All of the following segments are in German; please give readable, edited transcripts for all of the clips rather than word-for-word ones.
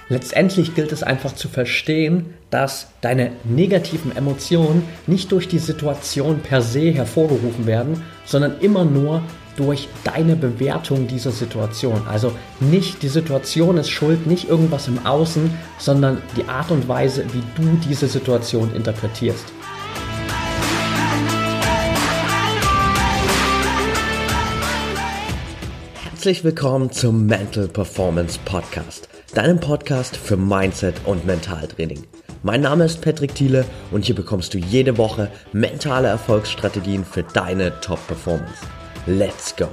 Letztendlich gilt es einfach zu verstehen, dass deine negativen Emotionen nicht durch die Situation per se hervorgerufen werden, sondern immer nur durch deine Bewertung dieser Situation. Also nicht die Situation ist schuld, nicht irgendwas im Außen, sondern die Art und Weise, wie du diese Situation interpretierst. Herzlich willkommen zum Mental Performance Podcast, deinem Podcast für Mindset und Mentaltraining. Mein Name ist Patrick Thiele und hier bekommst du jede Woche mentale Erfolgsstrategien für deine Top-Performance. Let's go!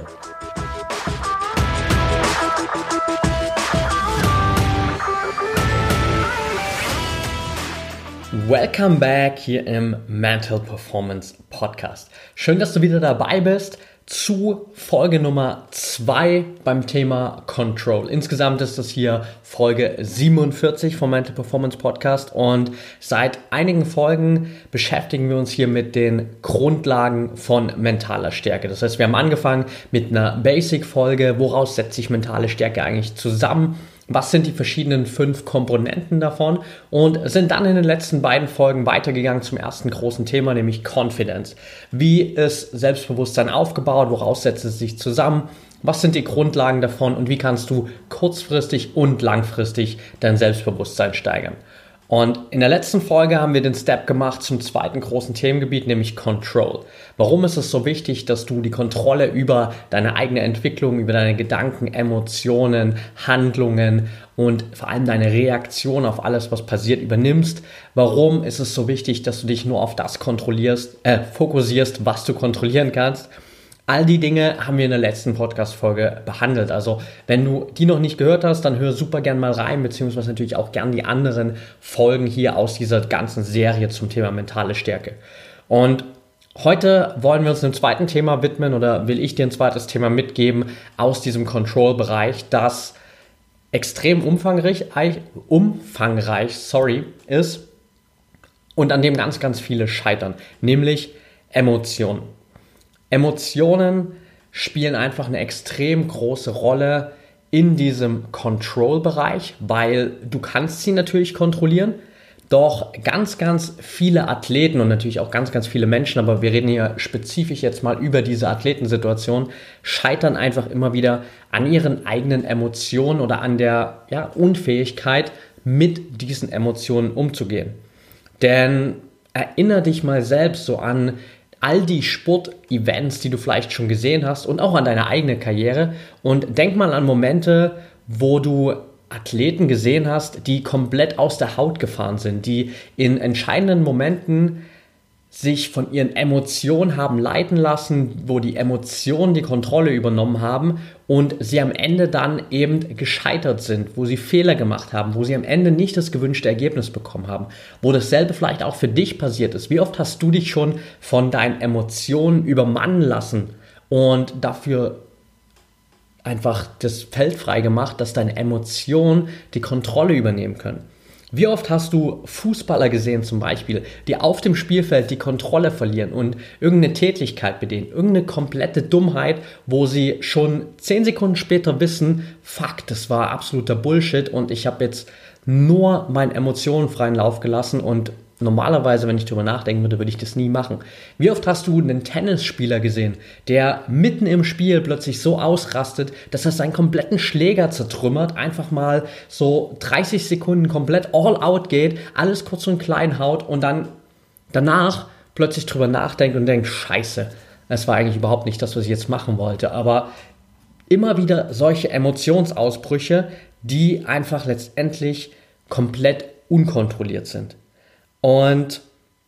Welcome back hier im Mental Performance Podcast. Schön, dass du wieder dabei bist zu Folge Nummer 2 beim Thema Control. Insgesamt ist das hier Folge 47 vom Mental Performance Podcast und seit einigen Folgen beschäftigen wir uns hier mit den Grundlagen von mentaler Stärke. Das heißt, wir haben angefangen mit einer Basic-Folge, woraus setzt sich mentale Stärke eigentlich zusammen? Was sind die verschiedenen 5 Komponenten davon? Und sind dann in den letzten beiden Folgen weitergegangen zum ersten großen Thema, nämlich Confidence. Wie ist Selbstbewusstsein aufgebaut? Woraus setzt es sich zusammen? Was sind die Grundlagen davon? Und wie kannst du kurzfristig und langfristig dein Selbstbewusstsein steigern? Und in der letzten Folge haben wir den Step gemacht zum zweiten großen Themengebiet, nämlich Control. Warum ist es so wichtig, dass du die Kontrolle über deine eigene Entwicklung, über deine Gedanken, Emotionen, Handlungen und vor allem deine Reaktion auf alles, was passiert, übernimmst? Warum ist es so wichtig, dass du dich nur auf das fokussierst, was du kontrollieren kannst? All die Dinge haben wir in der letzten Podcast-Folge behandelt. Also wenn du die noch nicht gehört hast, dann hör super gern mal rein, beziehungsweise natürlich auch gern die anderen Folgen hier aus dieser ganzen Serie zum Thema mentale Stärke. Und heute wollen wir uns einem zweiten Thema widmen oder will ich dir ein zweites Thema mitgeben aus diesem Control-Bereich, das extrem umfangreich ist und an dem ganz, ganz viele scheitern, nämlich Emotionen. Emotionen spielen einfach eine extrem große Rolle in diesem Control-Bereich, weil du kannst sie natürlich kontrollieren, doch ganz, ganz viele Athleten und natürlich auch ganz, ganz viele Menschen, aber wir reden hier spezifisch jetzt mal über diese Athletensituation, scheitern einfach immer wieder an ihren eigenen Emotionen oder an der Unfähigkeit, mit diesen Emotionen umzugehen. Denn erinnere dich mal selbst so an all die Sportevents, die du vielleicht schon gesehen hast und auch an deine eigene Karriere und denk mal an Momente, wo du Athleten gesehen hast, die komplett aus der Haut gefahren sind, die in entscheidenden Momenten sich von ihren Emotionen haben leiten lassen, wo die Emotionen die Kontrolle übernommen haben und sie am Ende dann eben gescheitert sind, wo sie Fehler gemacht haben, wo sie am Ende nicht das gewünschte Ergebnis bekommen haben, wo dasselbe vielleicht auch für dich passiert ist. Wie oft hast du dich schon von deinen Emotionen übermannen lassen und dafür einfach das Feld frei gemacht, dass deine Emotionen die Kontrolle übernehmen können? Wie oft hast du Fußballer gesehen zum Beispiel, die auf dem Spielfeld die Kontrolle verlieren und irgendeine Tätlichkeit begehen, irgendeine komplette Dummheit, wo sie schon 10 Sekunden später wissen, fuck, das war absoluter Bullshit und ich habe jetzt nur meinen Emotionen freien Lauf gelassen und normalerweise, wenn ich darüber nachdenken würde, würde ich das nie machen. Wie oft hast du einen Tennisspieler gesehen, der mitten im Spiel plötzlich so ausrastet, dass er seinen kompletten Schläger zertrümmert, einfach mal so 30 Sekunden komplett all out geht, alles kurz und klein haut und dann danach plötzlich drüber nachdenkt und denkt, scheiße, das war eigentlich überhaupt nicht das, was ich jetzt machen wollte. Aber immer wieder solche Emotionsausbrüche, die einfach letztendlich komplett unkontrolliert sind. Und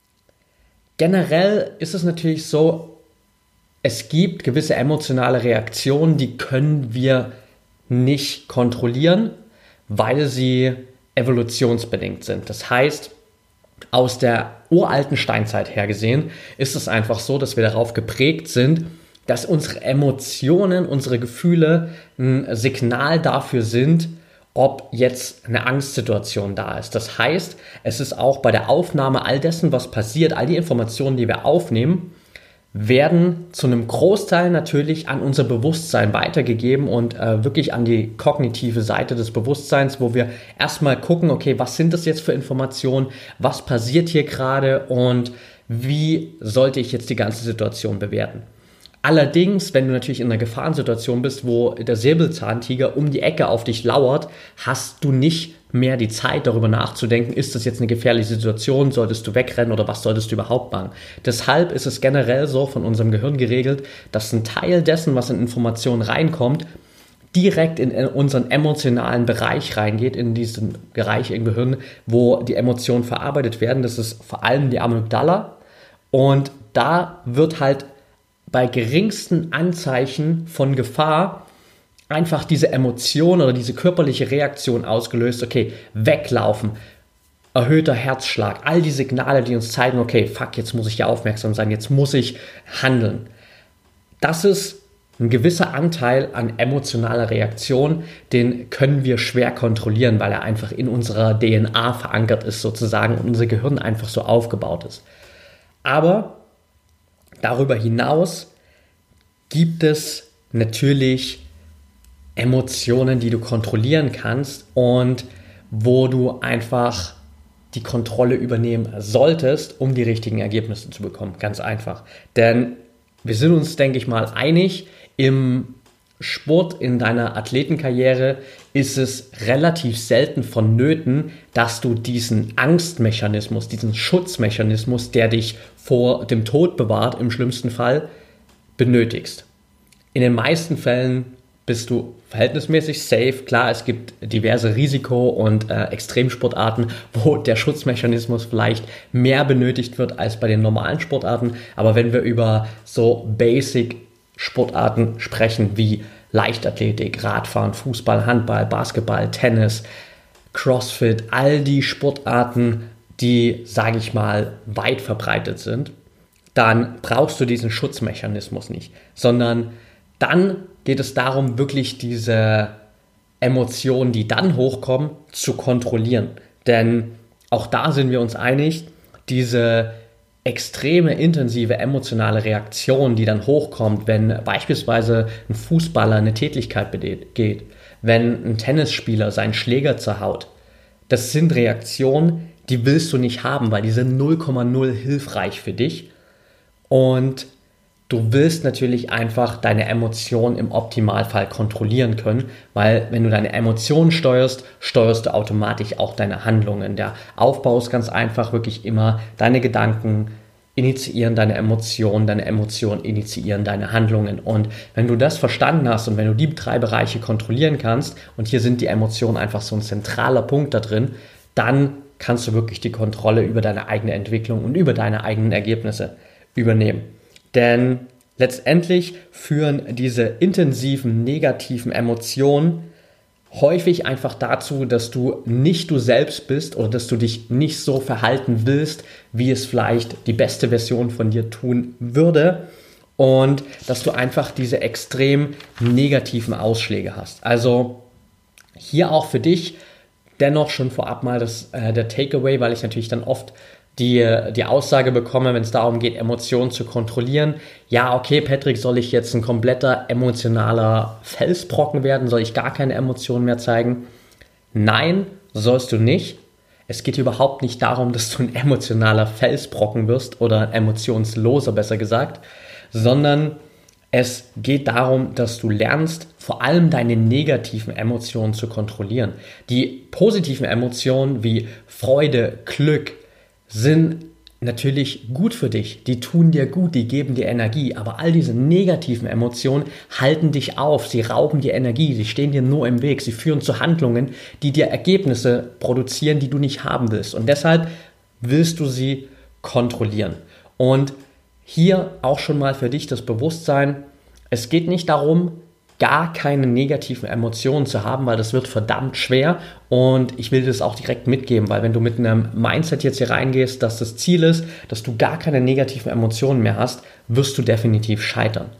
generell ist es natürlich so, es gibt gewisse emotionale Reaktionen, die können wir nicht kontrollieren, weil sie evolutionsbedingt sind. Das heißt, aus der uralten Steinzeit her gesehen, ist es einfach so, dass wir darauf geprägt sind, dass unsere Emotionen, unsere Gefühle ein Signal dafür sind, ob jetzt eine Angstsituation da ist. Das heißt, es ist auch bei der Aufnahme all dessen, was passiert, all die Informationen, die wir aufnehmen, werden zu einem Großteil natürlich an unser Bewusstsein weitergegeben und wirklich an die kognitive Seite des Bewusstseins, wo wir erstmal gucken, okay, was sind das jetzt für Informationen, was passiert hier gerade und wie sollte ich jetzt die ganze Situation bewerten. Allerdings, wenn du natürlich in einer Gefahrensituation bist, wo der Säbelzahntiger um die Ecke auf dich lauert, hast du nicht mehr die Zeit, darüber nachzudenken, ist das jetzt eine gefährliche Situation, solltest du wegrennen oder was solltest du überhaupt machen. Deshalb ist es generell so von unserem Gehirn geregelt, dass ein Teil dessen, was in Informationen reinkommt, direkt in unseren emotionalen Bereich reingeht, in diesen Bereich im Gehirn, wo die Emotionen verarbeitet werden. Das ist vor allem die Amygdala und da wird halt bei geringsten Anzeichen von Gefahr einfach diese Emotion oder diese körperliche Reaktion ausgelöst, okay, weglaufen, erhöhter Herzschlag, all die Signale, die uns zeigen, okay, fuck, jetzt muss ich hier aufmerksam sein, jetzt muss ich handeln. Das ist ein gewisser Anteil an emotionaler Reaktion, den können wir schwer kontrollieren, weil er einfach in unserer DNA verankert ist sozusagen und unser Gehirn einfach so aufgebaut ist. Aber darüber hinaus gibt es natürlich Emotionen, die du kontrollieren kannst und wo du einfach die Kontrolle übernehmen solltest, um die richtigen Ergebnisse zu bekommen. Ganz einfach. Denn wir sind uns, denke ich mal, einig, im Sport, in deiner Athletenkarriere ist es relativ selten vonnöten, dass du diesen Angstmechanismus, diesen Schutzmechanismus, der dich vor dem Tod bewahrt, im schlimmsten Fall, benötigst. In den meisten Fällen bist du verhältnismäßig safe. Klar, es gibt diverse Risiko- und Extremsportarten, wo der Schutzmechanismus vielleicht mehr benötigt wird als bei den normalen Sportarten. Aber wenn wir über so Basic-Sportarten sprechen wie Leichtathletik, Radfahren, Fußball, Handball, Basketball, Tennis, Crossfit, all die Sportarten, die, sage ich mal, weit verbreitet sind, dann brauchst du diesen Schutzmechanismus nicht, sondern dann geht es darum, wirklich diese Emotionen, die dann hochkommen, zu kontrollieren. Denn auch da sind wir uns einig, diese extreme, intensive emotionale Reaktion, die dann hochkommt, wenn beispielsweise ein Fußballer eine Tätigkeit begeht, wenn ein Tennisspieler seinen Schläger zerhaut, das sind Reaktionen, die willst du nicht haben, weil die sind 0,0 hilfreich für dich und du willst natürlich einfach deine Emotionen im Optimalfall kontrollieren können, weil wenn du deine Emotionen steuerst, steuerst du automatisch auch deine Handlungen. Der Aufbau ist ganz einfach, wirklich immer deine Gedanken initiieren deine Emotionen initiieren deine Handlungen. Und wenn du das verstanden hast und wenn du die 3 Bereiche kontrollieren kannst, und hier sind die Emotionen einfach so ein zentraler Punkt da drin, dann kannst du wirklich die Kontrolle über deine eigene Entwicklung und über deine eigenen Ergebnisse übernehmen. Denn letztendlich führen diese intensiven, negativen Emotionen häufig einfach dazu, dass du nicht du selbst bist oder dass du dich nicht so verhalten willst, wie es vielleicht die beste Version von dir tun würde und dass du einfach diese extrem negativen Ausschläge hast. Also hier auch für dich dennoch schon vorab mal der Takeaway, weil ich natürlich dann oft die Aussage bekomme, wenn es darum geht, Emotionen zu kontrollieren. Ja, okay, Patrick, soll ich jetzt ein kompletter emotionaler Felsbrocken werden? Soll ich gar keine Emotionen mehr zeigen? Nein, sollst du nicht. Es geht überhaupt nicht darum, dass du ein emotionaler Felsbrocken wirst oder ein emotionsloser, besser gesagt, sondern es geht darum, dass du lernst, vor allem deine negativen Emotionen zu kontrollieren. Die positiven Emotionen wie Freude, Glück, sind natürlich gut für dich, die tun dir gut, die geben dir Energie, aber all diese negativen Emotionen halten dich auf, sie rauben dir Energie, sie stehen dir nur im Weg, sie führen zu Handlungen, die dir Ergebnisse produzieren, die du nicht haben willst und deshalb willst du sie kontrollieren. Und hier auch schon mal für dich das Bewusstsein, es geht nicht darum, gar keine negativen Emotionen zu haben, weil das wird verdammt schwer und ich will das auch direkt mitgeben, weil wenn du mit einem Mindset jetzt hier reingehst, dass das Ziel ist, dass du gar keine negativen Emotionen mehr hast, wirst du definitiv scheitern.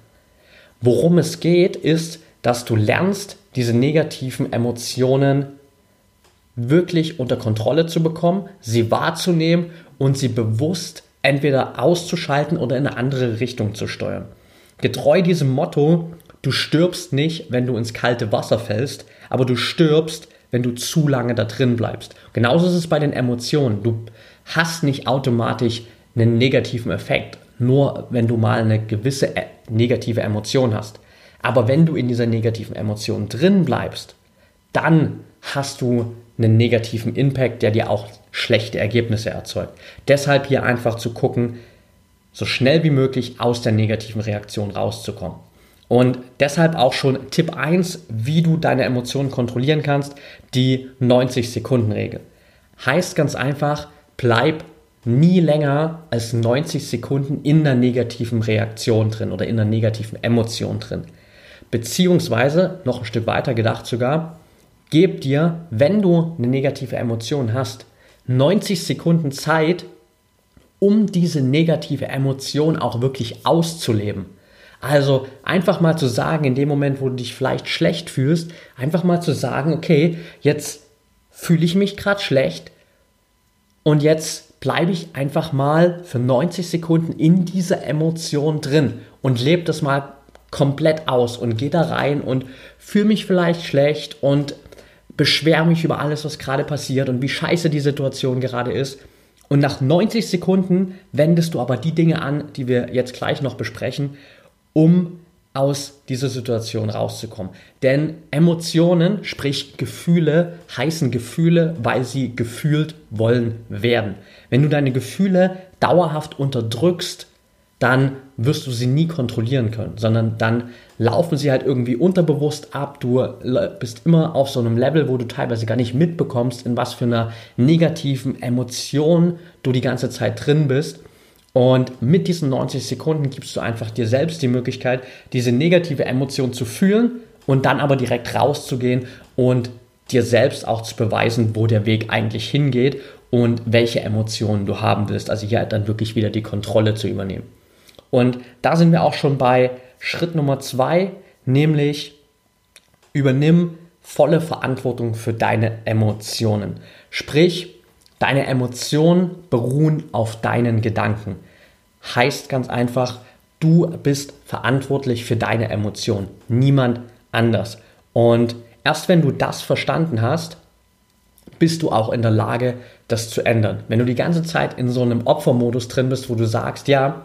Worum es geht, ist, dass du lernst, diese negativen Emotionen wirklich unter Kontrolle zu bekommen, sie wahrzunehmen und sie bewusst entweder auszuschalten oder in eine andere Richtung zu steuern. Getreu diesem Motto, du stirbst nicht, wenn du ins kalte Wasser fällst, aber du stirbst, wenn du zu lange da drin bleibst. Genauso ist es bei den Emotionen. Du hast nicht automatisch einen negativen Effekt, nur wenn du mal eine gewisse negative Emotion hast. Aber wenn du in dieser negativen Emotion drin bleibst, dann hast du einen negativen Impact, der dir auch schlechte Ergebnisse erzeugt. Deshalb hier einfach zu gucken, so schnell wie möglich aus der negativen Reaktion rauszukommen. Und deshalb auch schon Tipp 1, wie du deine Emotionen kontrollieren kannst, die 90-Sekunden-Regel. Heißt ganz einfach, bleib nie länger als 90 Sekunden in einer negativen Reaktion drin oder in einer negativen Emotion drin. Beziehungsweise, noch ein Stück weiter gedacht sogar, gib dir, wenn du eine negative Emotion hast, 90 Sekunden Zeit, um diese negative Emotion auch wirklich auszuleben. Also einfach mal zu sagen, in dem Moment, wo du dich vielleicht schlecht fühlst, einfach mal zu sagen, okay, jetzt fühle ich mich gerade schlecht und jetzt bleibe ich einfach mal für 90 Sekunden in dieser Emotion drin und lebe das mal komplett aus und gehe da rein und fühle mich vielleicht schlecht und beschwere mich über alles, was gerade passiert und wie scheiße die Situation gerade ist. Und nach 90 Sekunden wendest du aber die Dinge an, die wir jetzt gleich noch besprechen, um aus dieser Situation rauszukommen. Denn Emotionen, sprich Gefühle, heißen Gefühle, weil sie gefühlt wollen werden. Wenn du deine Gefühle dauerhaft unterdrückst, dann wirst du sie nie kontrollieren können, sondern dann laufen sie halt irgendwie unterbewusst ab. Du bist immer auf so einem Level, wo du teilweise gar nicht mitbekommst, in was für einer negativen Emotion du die ganze Zeit drin bist. Und mit diesen 90 Sekunden gibst du einfach dir selbst die Möglichkeit, diese negative Emotion zu fühlen und dann aber direkt rauszugehen und dir selbst auch zu beweisen, wo der Weg eigentlich hingeht und welche Emotionen du haben willst. Also hier halt dann wirklich wieder die Kontrolle zu übernehmen. Und da sind wir auch schon bei Schritt Nummer 2, nämlich übernimm volle Verantwortung für deine Emotionen. Sprich, deine Emotionen beruhen auf deinen Gedanken. Heißt ganz einfach, du bist verantwortlich für deine Emotionen, niemand anders. Und erst wenn du das verstanden hast, bist du auch in der Lage, das zu ändern. Wenn du die ganze Zeit in so einem Opfermodus drin bist, wo du sagst, ja,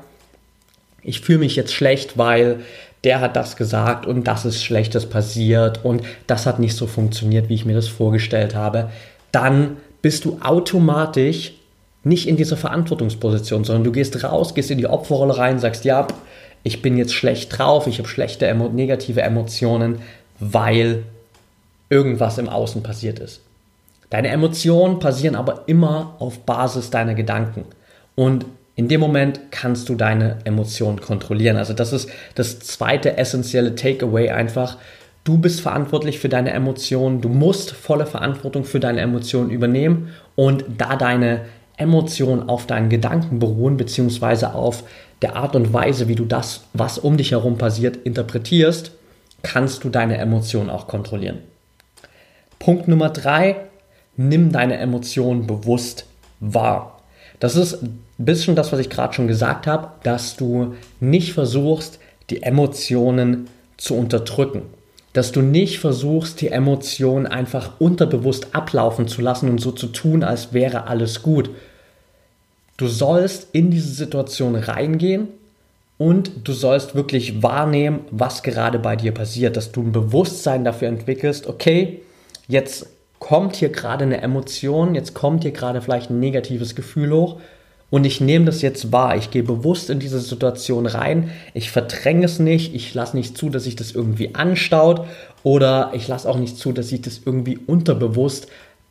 ich fühle mich jetzt schlecht, weil der hat das gesagt und das ist Schlechtes passiert und das hat nicht so funktioniert, wie ich mir das vorgestellt habe, dann bist du automatisch nicht in dieser Verantwortungsposition, sondern du gehst raus, gehst in die Opferrolle rein, sagst, ja, ich bin jetzt schlecht drauf, ich habe schlechte, negative Emotionen, weil irgendwas im Außen passiert ist. Deine Emotionen passieren aber immer auf Basis deiner Gedanken und in dem Moment kannst du deine Emotionen kontrollieren. Also das ist das zweite essentielle Takeaway einfach. Du bist verantwortlich für deine Emotionen. Du musst volle Verantwortung für deine Emotionen übernehmen. Und da deine Emotionen auf deinen Gedanken beruhen, beziehungsweise auf der Art und Weise, wie du das, was um dich herum passiert, interpretierst, kannst du deine Emotionen auch kontrollieren. Punkt Nummer 3, nimm deine Emotionen bewusst wahr. Das ist ein bisschen das, was ich gerade schon gesagt habe, dass du nicht versuchst, die Emotionen zu unterdrücken. Dass du nicht versuchst, die Emotionen einfach unterbewusst ablaufen zu lassen und so zu tun, als wäre alles gut. Du sollst in diese Situation reingehen und du sollst wirklich wahrnehmen, was gerade bei dir passiert. Dass du ein Bewusstsein dafür entwickelst, okay, jetzt kommt hier gerade eine Emotion, jetzt kommt hier gerade vielleicht ein negatives Gefühl hoch und ich nehme das jetzt wahr. Ich gehe bewusst in diese Situation rein, ich verdränge es nicht, ich lasse nicht zu, dass sich das irgendwie anstaut oder ich lasse auch nicht zu, dass sich das irgendwie unterbewusst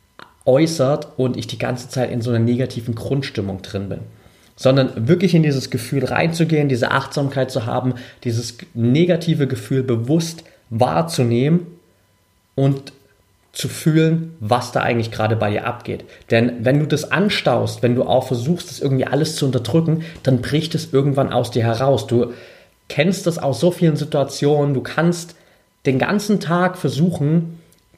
äußert und ich die ganze Zeit in so einer negativen Grundstimmung drin bin. Sondern wirklich in dieses Gefühl reinzugehen, diese Achtsamkeit zu haben, dieses negative Gefühl bewusst wahrzunehmen und zu fühlen, was da eigentlich gerade bei dir abgeht. Denn wenn du das anstaust, wenn du auch versuchst, das irgendwie alles zu unterdrücken, dann bricht es irgendwann aus dir heraus. Du kennst das aus so vielen Situationen, du kannst den ganzen Tag versuchen,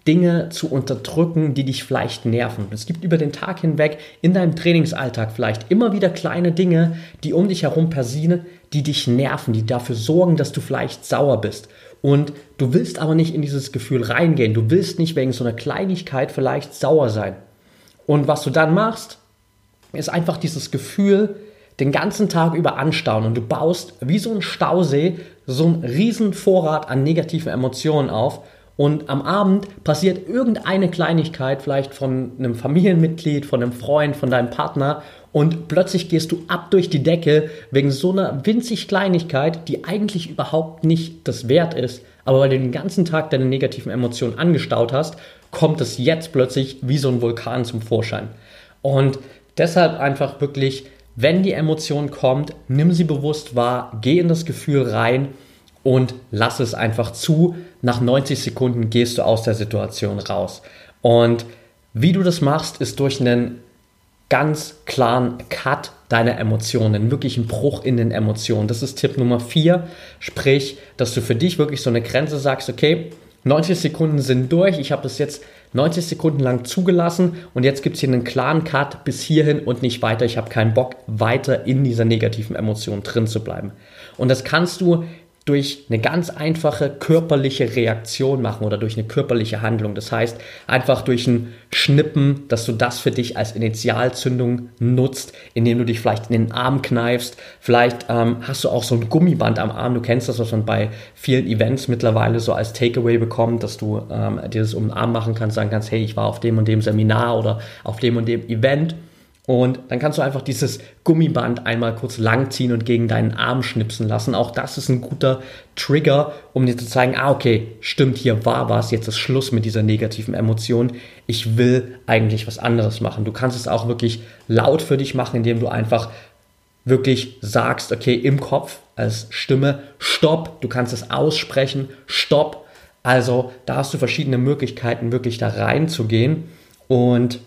Dinge zu unterdrücken, die dich vielleicht nerven. Es gibt über den Tag hinweg in deinem Trainingsalltag vielleicht immer wieder kleine Dinge, die um dich herum passieren, die dich nerven, die dafür sorgen, dass du vielleicht sauer bist. Und du willst aber nicht in dieses Gefühl reingehen. Du willst nicht wegen so einer Kleinigkeit vielleicht sauer sein. Und was du dann machst, ist einfach dieses Gefühl den ganzen Tag über anstauen. Und du baust wie so ein Stausee so einen riesen Vorrat an negativen Emotionen auf. Und am Abend passiert irgendeine Kleinigkeit, vielleicht von einem Familienmitglied, von einem Freund, von deinem Partner, und plötzlich gehst du ab durch die Decke wegen so einer winzig Kleinigkeit, die eigentlich überhaupt nicht das wert ist. Aber weil du den ganzen Tag deine negativen Emotionen angestaut hast, kommt es jetzt plötzlich wie so ein Vulkan zum Vorschein. Und deshalb einfach wirklich, wenn die Emotion kommt, nimm sie bewusst wahr, geh in das Gefühl rein und lass es einfach zu. Nach 90 Sekunden gehst du aus der Situation raus. Und wie du das machst, ist durch einen ganz klaren Cut deiner Emotionen, wirklich einen Bruch in den Emotionen. Das ist Tipp Nummer 4, sprich, dass du für dich wirklich so eine Grenze sagst, okay, 90 Sekunden sind durch, ich habe das jetzt 90 Sekunden lang zugelassen und jetzt gibt es hier einen klaren Cut bis hierhin und nicht weiter. Ich habe keinen Bock, weiter in dieser negativen Emotion drin zu bleiben. Und das kannst du durch eine ganz einfache körperliche Reaktion machen oder durch eine körperliche Handlung. Das heißt, einfach durch ein Schnippen, dass du das für dich als Initialzündung nutzt, indem du dich vielleicht in den Arm kneifst. Vielleicht hast du auch so ein Gummiband am Arm. Du kennst das, was man bei vielen Events mittlerweile so als Takeaway bekommt, dass du dir das um den Arm machen kannst, sagen kannst, hey, ich war auf dem und dem Seminar oder auf dem und dem Event. Und dann kannst du einfach dieses Gummiband einmal kurz langziehen und gegen deinen Arm schnipsen lassen. Auch das ist ein guter Trigger, um dir zu zeigen, okay, stimmt, hier war was, jetzt ist Schluss mit dieser negativen Emotion. Ich will eigentlich was anderes machen. Du kannst es auch wirklich laut für dich machen, indem du einfach wirklich sagst, okay, im Kopf als Stimme, Stopp. Du kannst es aussprechen, Stopp. Also da hast du verschiedene Möglichkeiten, wirklich da reinzugehen und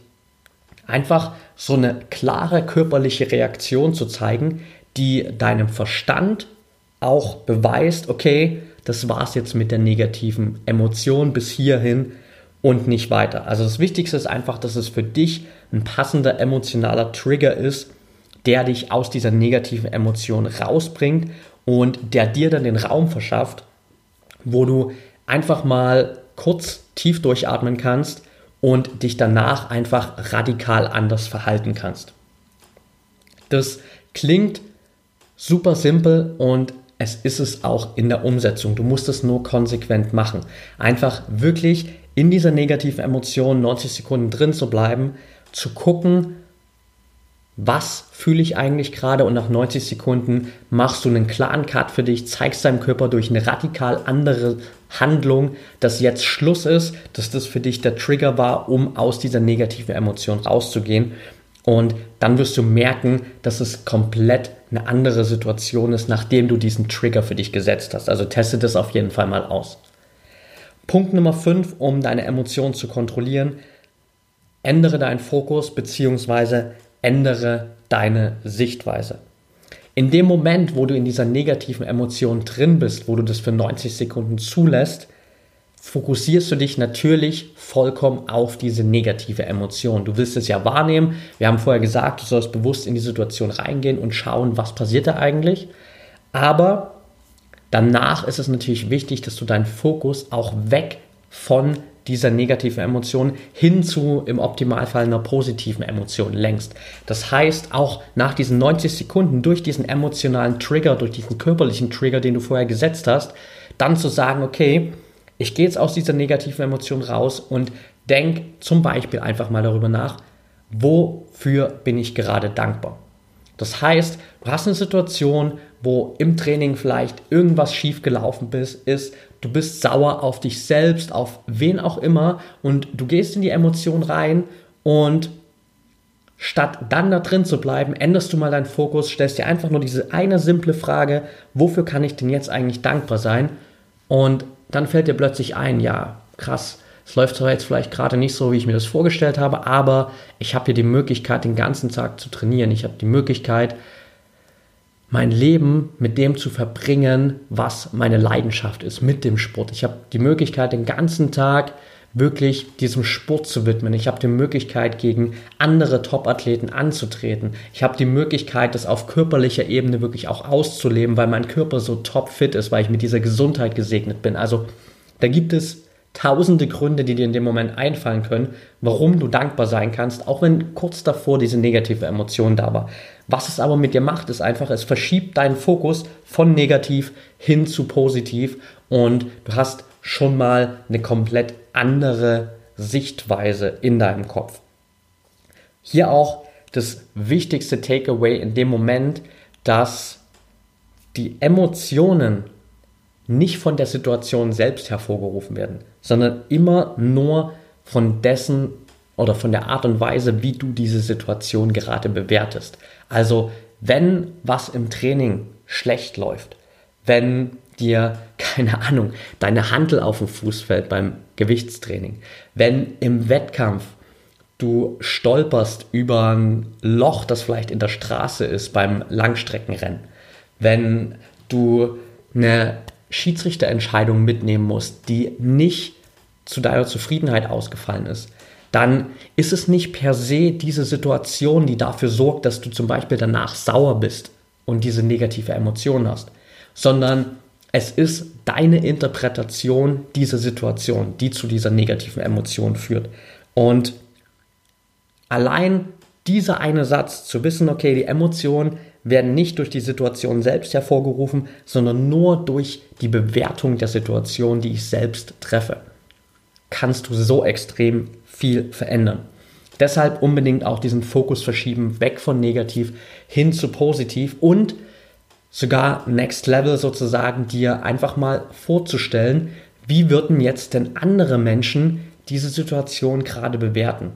einfach so eine klare körperliche Reaktion zu zeigen, die deinem Verstand auch beweist, okay, das war's jetzt mit der negativen Emotion bis hierhin und nicht weiter. Also das Wichtigste ist einfach, dass es für dich ein passender emotionaler Trigger ist, der dich aus dieser negativen Emotion rausbringt und der dir dann den Raum verschafft, wo du einfach mal kurz tief durchatmen kannst und dich danach einfach radikal anders verhalten kannst. Das klingt super simpel und es ist es auch in der Umsetzung. Du musst es nur konsequent machen. Einfach wirklich in dieser negativen Emotion 90 Sekunden drin zu bleiben, zu gucken, was fühle ich eigentlich gerade, und nach 90 Sekunden machst du einen klaren Cut für dich, zeigst deinem Körper durch eine radikal andere Handlung, dass jetzt Schluss ist, dass das für dich der Trigger war, um aus dieser negativen Emotion rauszugehen. Und dann wirst du merken, dass es komplett eine andere Situation ist, nachdem du diesen Trigger für dich gesetzt hast. Also teste das auf jeden Fall mal aus. Punkt Nummer 5, um deine Emotionen zu kontrollieren: ändere deinen Fokus bzw. ändere deine Sichtweise. In dem Moment, wo du in dieser negativen Emotion drin bist, wo du das für 90 Sekunden zulässt, fokussierst du dich natürlich vollkommen auf diese negative Emotion. Du willst es ja wahrnehmen. Wir haben vorher gesagt, du sollst bewusst in die Situation reingehen und schauen, was passiert da eigentlich. Aber danach ist es natürlich wichtig, dass du deinen Fokus auch weg von dieser negativen Emotion hin zu, im Optimalfall, einer positiven Emotion lenkst. Das heißt, auch nach diesen 90 Sekunden durch diesen emotionalen Trigger, durch diesen körperlichen Trigger, den du vorher gesetzt hast, dann zu sagen, okay, ich gehe jetzt aus dieser negativen Emotion raus und denk zum Beispiel einfach mal darüber nach, wofür bin ich gerade dankbar. Das heißt, du hast eine Situation, wo im Training vielleicht irgendwas schief gelaufen ist, du bist sauer auf dich selbst, auf wen auch immer, und du gehst in die Emotion rein und statt dann da drin zu bleiben, änderst du mal deinen Fokus, stellst dir einfach nur diese eine simple Frage, wofür kann ich denn jetzt eigentlich dankbar sein? Und dann fällt dir plötzlich ein, ja, krass, es läuft zwar jetzt vielleicht gerade nicht so, wie ich mir das vorgestellt habe, aber ich habe hier die Möglichkeit, den ganzen Tag zu trainieren. Ich habe die Möglichkeit, mein Leben mit dem zu verbringen, was meine Leidenschaft ist, mit dem Sport. Ich habe die Möglichkeit, den ganzen Tag wirklich diesem Sport zu widmen. Ich habe die Möglichkeit, gegen andere Top-Athleten anzutreten. Ich habe die Möglichkeit, das auf körperlicher Ebene wirklich auch auszuleben, weil mein Körper so topfit ist, weil ich mit dieser Gesundheit gesegnet bin. Also da gibt es tausende Gründe, die dir in dem Moment einfallen können, warum du dankbar sein kannst, auch wenn kurz davor diese negative Emotion da war. Was es aber mit dir macht, ist einfach, es verschiebt deinen Fokus von negativ hin zu positiv und du hast schon mal eine komplett andere Sichtweise in deinem Kopf. Hier auch das wichtigste Takeaway in dem Moment, dass die Emotionen nicht von der Situation selbst hervorgerufen werden, sondern immer nur von dessen oder von der Art und Weise, wie du diese Situation gerade bewertest. Also wenn was im Training schlecht läuft, wenn dir, keine Ahnung, deine Hantel auf den Fuß fällt beim Gewichtstraining, wenn im Wettkampf du stolperst über ein Loch, das vielleicht in der Straße ist beim Langstreckenrennen, wenn du eine Schiedsrichterentscheidung mitnehmen musst, die nicht zu deiner Zufriedenheit ausgefallen ist, dann ist es nicht per se diese Situation, die dafür sorgt, dass du zum Beispiel danach sauer bist und diese negative Emotion hast, sondern es ist deine Interpretation dieser Situation, die zu dieser negativen Emotion führt. Und allein dieser eine Satz, zu wissen, okay, die Emotionen werden nicht durch die Situation selbst hervorgerufen, sondern nur durch die Bewertung der Situation, die ich selbst treffe, kannst du so extrem viel verändern. Deshalb unbedingt auch diesen Fokus verschieben, weg von negativ hin zu positiv und sogar Next Level sozusagen dir einfach mal vorzustellen, wie würden jetzt denn andere Menschen diese Situation gerade bewerten?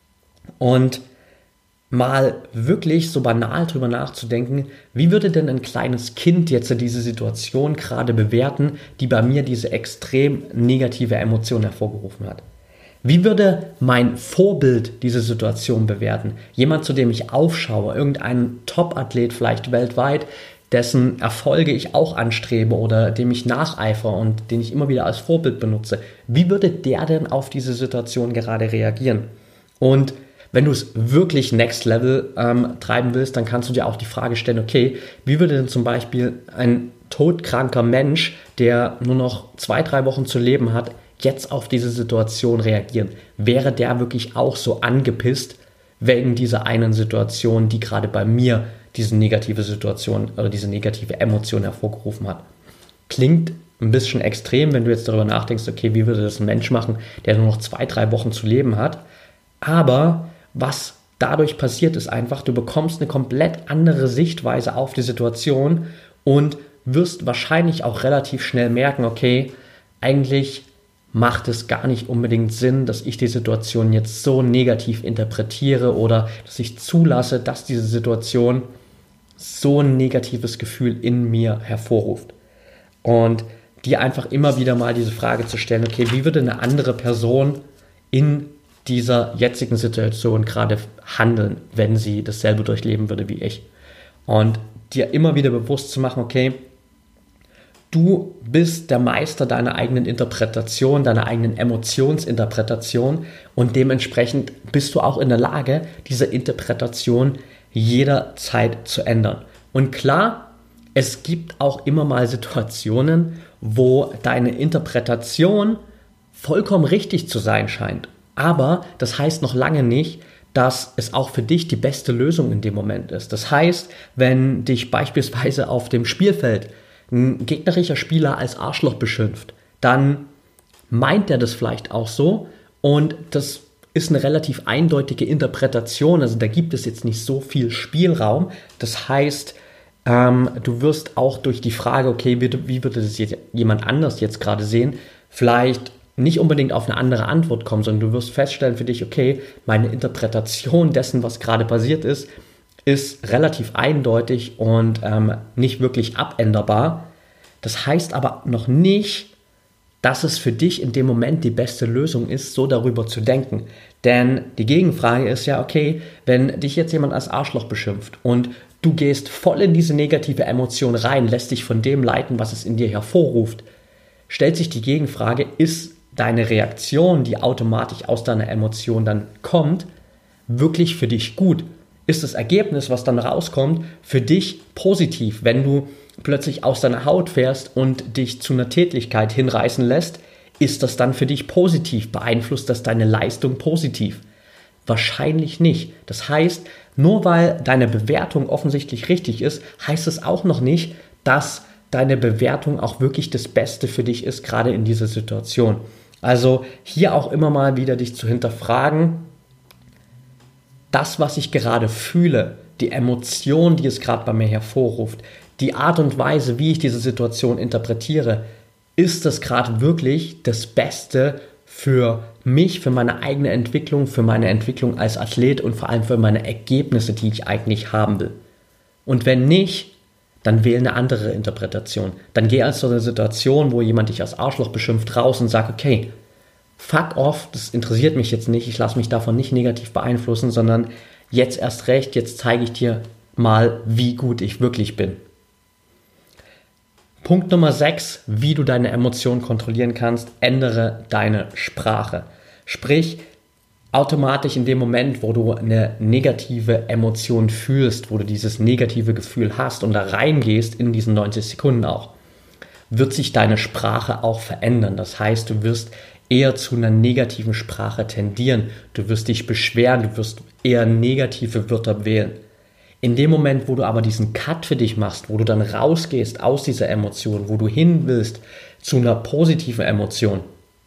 Und mal wirklich so banal drüber nachzudenken, wie würde denn ein kleines Kind jetzt diese Situation gerade bewerten, die bei mir diese extrem negative Emotion hervorgerufen hat? Wie würde mein Vorbild diese Situation bewerten? Jemand, zu dem ich aufschaue, irgendein Top-Athlet vielleicht weltweit, dessen Erfolge ich auch anstrebe oder dem ich nacheifere und den ich immer wieder als Vorbild benutze. Wie würde der denn auf diese Situation gerade reagieren? Und wenn du es wirklich Next Level treiben willst, dann kannst du dir auch die Frage stellen, okay, wie würde denn zum Beispiel ein todkranker Mensch, der nur noch 2-3 Wochen zu leben hat, jetzt auf diese Situation reagieren? Wäre der wirklich auch so angepisst wegen dieser einen Situation, die gerade bei mir diese negative Situation oder diese negative Emotion hervorgerufen hat? Klingt ein bisschen extrem, wenn du jetzt darüber nachdenkst, okay, wie würde das ein Mensch machen, der nur noch 2-3 Wochen zu leben hat? Aber was dadurch passiert, ist einfach, du bekommst eine komplett andere Sichtweise auf die Situation und wirst wahrscheinlich auch relativ schnell merken, okay, eigentlich macht es gar nicht unbedingt Sinn, dass ich die Situation jetzt so negativ interpretiere oder dass ich zulasse, dass diese Situation so ein negatives Gefühl in mir hervorruft. Und dir einfach immer wieder mal diese Frage zu stellen, okay, wie würde eine andere Person in dieser jetzigen Situation gerade handeln, wenn sie dasselbe durchleben würde wie ich? Und dir immer wieder bewusst zu machen, okay, du bist der Meister deiner eigenen Interpretation, deiner eigenen Emotionsinterpretation und dementsprechend bist du auch in der Lage, diese Interpretation jederzeit zu ändern. Und klar, es gibt auch immer mal Situationen, wo deine Interpretation vollkommen richtig zu sein scheint. Aber das heißt noch lange nicht, dass es auch für dich die beste Lösung in dem Moment ist. Das heißt, wenn dich beispielsweise auf dem Spielfeld ein gegnerischer Spieler als Arschloch beschimpft, dann meint er das vielleicht auch so und das ist eine relativ eindeutige Interpretation. Also da gibt es jetzt nicht so viel Spielraum. Das heißt, du wirst auch durch die Frage, okay, wie würde das jetzt jemand anders jetzt gerade sehen, vielleicht nicht unbedingt auf eine andere Antwort kommen, sondern du wirst feststellen für dich, okay, meine Interpretation dessen, was gerade passiert ist relativ eindeutig und nicht wirklich abänderbar. Das heißt aber noch nicht, dass es für dich in dem Moment die beste Lösung ist, so darüber zu denken. Denn die Gegenfrage ist ja, okay, wenn dich jetzt jemand als Arschloch beschimpft und du gehst voll in diese negative Emotion rein, lässt dich von dem leiten, was es in dir hervorruft, stellt sich die Gegenfrage, ist deine Reaktion, die automatisch aus deiner Emotion dann kommt, wirklich für dich gut? Ist das Ergebnis, was dann rauskommt, für dich positiv, wenn du plötzlich aus deiner Haut fährst und dich zu einer Tätlichkeit hinreißen lässt? Ist das dann für dich positiv? Beeinflusst das deine Leistung positiv? Wahrscheinlich nicht. Das heißt, nur weil deine Bewertung offensichtlich richtig ist, heißt es auch noch nicht, dass deine Bewertung auch wirklich das Beste für dich ist, gerade in dieser Situation. Also hier auch immer mal wieder dich zu hinterfragen, das, was ich gerade fühle, die Emotion, die es gerade bei mir hervorruft, die Art und Weise, wie ich diese Situation interpretiere, ist das gerade wirklich das Beste für mich, für meine eigene Entwicklung, für meine Entwicklung als Athlet und vor allem für meine Ergebnisse, die ich eigentlich haben will. Und wenn nicht, dann wähle eine andere Interpretation. Dann geh aus so einer Situation, wo jemand dich als Arschloch beschimpft, raus und sag, okay, fuck off, das interessiert mich jetzt nicht, ich lasse mich davon nicht negativ beeinflussen, sondern jetzt erst recht, jetzt zeige ich dir mal, wie gut ich wirklich bin. Punkt Nummer 6, wie du deine Emotionen kontrollieren kannst, ändere deine Sprache. Sprich, automatisch in dem Moment, wo du eine negative Emotion fühlst, wo du dieses negative Gefühl hast und da reingehst in diesen 90 Sekunden auch, wird sich deine Sprache auch verändern. Das heißt, du wirst eher zu einer negativen Sprache tendieren. Du wirst dich beschweren, du wirst eher negative Wörter wählen. In dem Moment, wo du aber diesen Cut für dich machst, wo du dann rausgehst aus dieser Emotion, wo du hin willst zu einer positiven Emotion,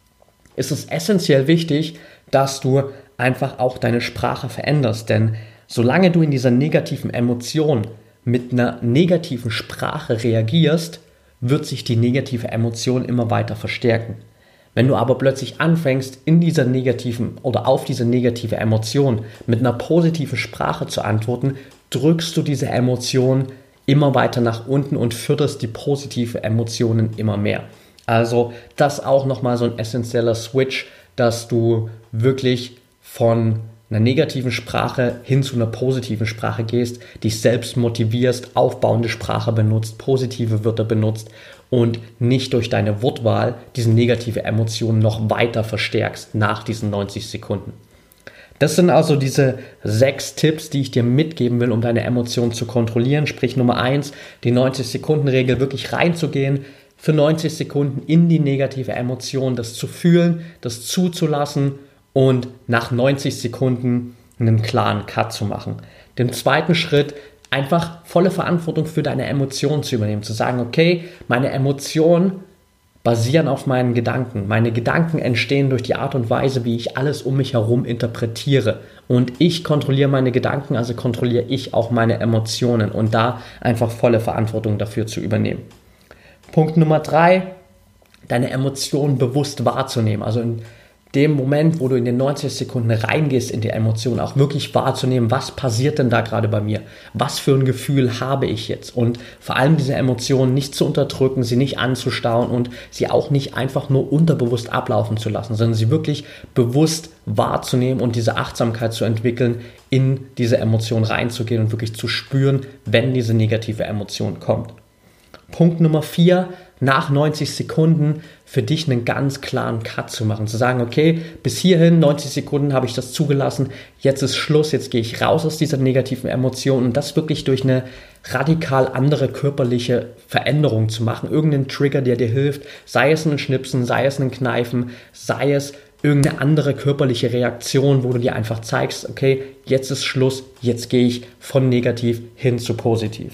ist es essentiell wichtig, dass du einfach auch deine Sprache veränderst. Denn solange du in dieser negativen Emotion mit einer negativen Sprache reagierst, wird sich die negative Emotion immer weiter verstärken. Wenn du aber plötzlich anfängst, in dieser negativen oder auf diese negative Emotion mit einer positiven Sprache zu antworten, drückst du diese Emotion immer weiter nach unten und förderst die positive Emotionen immer mehr. Also das auch nochmal so ein essentieller Switch, dass du wirklich von einer negativen Sprache hin zu einer positiven Sprache gehst, dich selbst motivierst, aufbauende Sprache benutzt, positive Wörter benutzt und nicht durch deine Wortwahl diese negative Emotion noch weiter verstärkst nach diesen 90 Sekunden. Das sind also diese 6 Tipps, die ich dir mitgeben will, um deine Emotionen zu kontrollieren. Sprich Nummer 1, die 90-Sekunden-Regel, wirklich reinzugehen, für 90 Sekunden in die negative Emotion, das zu fühlen, das zuzulassen und nach 90 Sekunden einen klaren Cut zu machen. Den zweiten Schritt, einfach volle Verantwortung für deine Emotionen zu übernehmen, zu sagen, okay, meine Emotionen basieren auf meinen Gedanken. Meine Gedanken entstehen durch die Art und Weise, wie ich alles um mich herum interpretiere. Und ich kontrolliere meine Gedanken, also kontrolliere ich auch meine Emotionen und da einfach volle Verantwortung dafür zu übernehmen. Punkt Nummer 3, deine Emotionen bewusst wahrzunehmen. Also in dem Moment, wo du in den 90 Sekunden reingehst in die Emotion, auch wirklich wahrzunehmen, was passiert denn da gerade bei mir? Was für ein Gefühl habe ich jetzt? Und vor allem diese Emotionen nicht zu unterdrücken, sie nicht anzustauen und sie auch nicht einfach nur unterbewusst ablaufen zu lassen, sondern sie wirklich bewusst wahrzunehmen und diese Achtsamkeit zu entwickeln, in diese Emotion reinzugehen und wirklich zu spüren, wenn diese negative Emotion kommt. Punkt Nummer 4, nach 90 Sekunden für dich einen ganz klaren Cut zu machen. Zu sagen, okay, bis hierhin, 90 Sekunden habe ich das zugelassen, jetzt ist Schluss, jetzt gehe ich raus aus dieser negativen Emotion und das wirklich durch eine radikal andere körperliche Veränderung zu machen. Irgendeinen Trigger, der dir hilft, sei es ein Schnipsen, sei es ein Kneifen, sei es irgendeine andere körperliche Reaktion, wo du dir einfach zeigst, okay, jetzt ist Schluss, jetzt gehe ich von negativ hin zu positiv.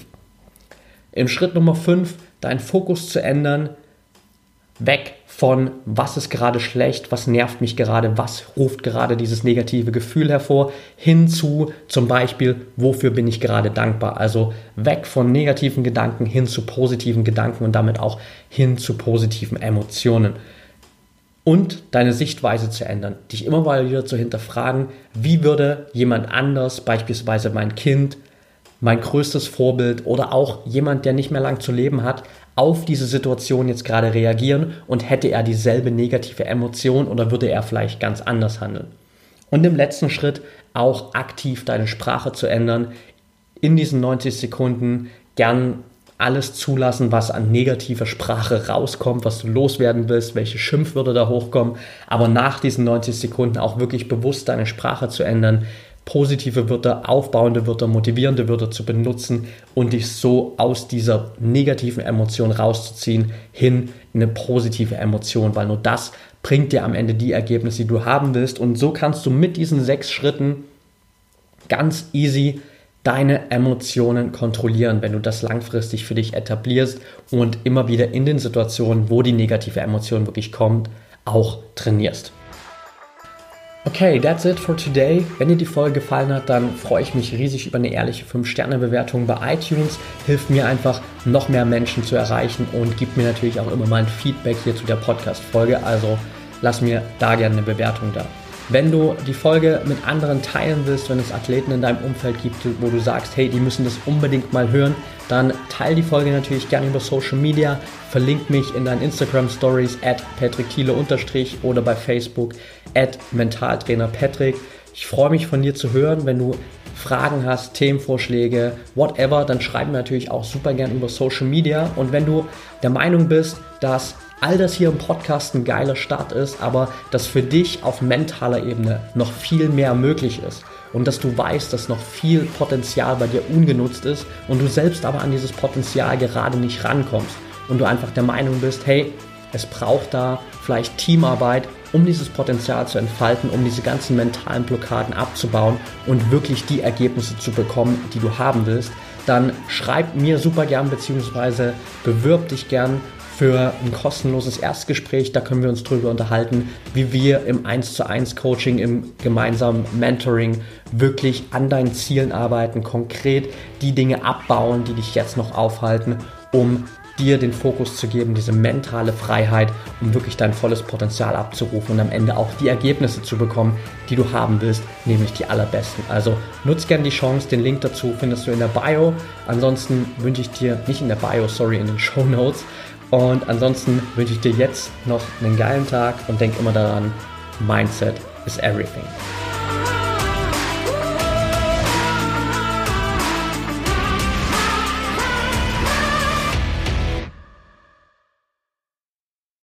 Im Schritt Nummer 5, deinen Fokus zu ändern, weg von, was ist gerade schlecht, was nervt mich gerade, was ruft gerade dieses negative Gefühl hervor, hin zu zum Beispiel, wofür bin ich gerade dankbar. Also weg von negativen Gedanken hin zu positiven Gedanken und damit auch hin zu positiven Emotionen. Und deine Sichtweise zu ändern, dich immer mal wieder zu hinterfragen, wie würde jemand anders, beispielsweise mein Kind, mein größtes Vorbild oder auch jemand, der nicht mehr lang zu leben hat, auf diese Situation jetzt gerade reagieren und hätte er dieselbe negative Emotion oder würde er vielleicht ganz anders handeln. Und im letzten Schritt auch aktiv deine Sprache zu ändern, in diesen 90 Sekunden gern alles zulassen, was an negativer Sprache rauskommt, was du loswerden willst, welche Schimpfwörter da hochkommen, aber nach diesen 90 Sekunden auch wirklich bewusst deine Sprache zu ändern, positive Wörter, aufbauende Wörter, motivierende Wörter zu benutzen und dich so aus dieser negativen Emotion rauszuziehen, hin in eine positive Emotion, weil nur das bringt dir am Ende die Ergebnisse, die du haben willst. Und so kannst du mit diesen 6 Schritten ganz easy deine Emotionen kontrollieren, wenn du das langfristig für dich etablierst und immer wieder in den Situationen, wo die negative Emotion wirklich kommt, auch trainierst. Okay, that's it for today. Wenn dir die Folge gefallen hat, dann freue ich mich riesig über eine ehrliche 5-Sterne-Bewertung bei iTunes. Hilft mir einfach, noch mehr Menschen zu erreichen und gibt mir natürlich auch immer mal ein Feedback hier zu der Podcast-Folge. Also lass mir da gerne eine Bewertung da. Wenn du die Folge mit anderen teilen willst, wenn es Athleten in deinem Umfeld gibt, wo du sagst, hey, die müssen das unbedingt mal hören, dann teile die Folge natürlich gerne über Social Media, verlink mich in deinen Instagram Stories @patrickthiele_ oder bei Facebook @mentaltrainerpatrick. Ich freue mich von dir zu hören, wenn du Fragen hast, Themenvorschläge, whatever, dann schreib mir natürlich auch super gern über Social Media. Und wenn du der Meinung bist, dass all das hier im Podcast ein geiler Start ist, aber dass für dich auf mentaler Ebene noch viel mehr möglich ist und dass du weißt, dass noch viel Potenzial bei dir ungenutzt ist und du selbst aber an dieses Potenzial gerade nicht rankommst und du einfach der Meinung bist, hey, es braucht da vielleicht Teamarbeit, um dieses Potenzial zu entfalten, um diese ganzen mentalen Blockaden abzubauen und wirklich die Ergebnisse zu bekommen, die du haben willst, dann schreib mir super gern bzw. bewirb dich gern für ein kostenloses Erstgespräch. Da können wir uns drüber unterhalten, wie wir im 1:1 Coaching, im gemeinsamen Mentoring wirklich an deinen Zielen arbeiten, konkret die Dinge abbauen, die dich jetzt noch aufhalten, um dir den Fokus zu geben, diese mentale Freiheit, um wirklich dein volles Potenzial abzurufen und am Ende auch die Ergebnisse zu bekommen, die du haben willst, nämlich die allerbesten. Also nutz gerne die Chance, den Link dazu findest du in der Bio. Ansonsten wünsche ich dir, nicht in der Bio, in den Shownotes. Und ansonsten wünsche ich dir jetzt noch einen geilen Tag und denk immer daran, Mindset is everything.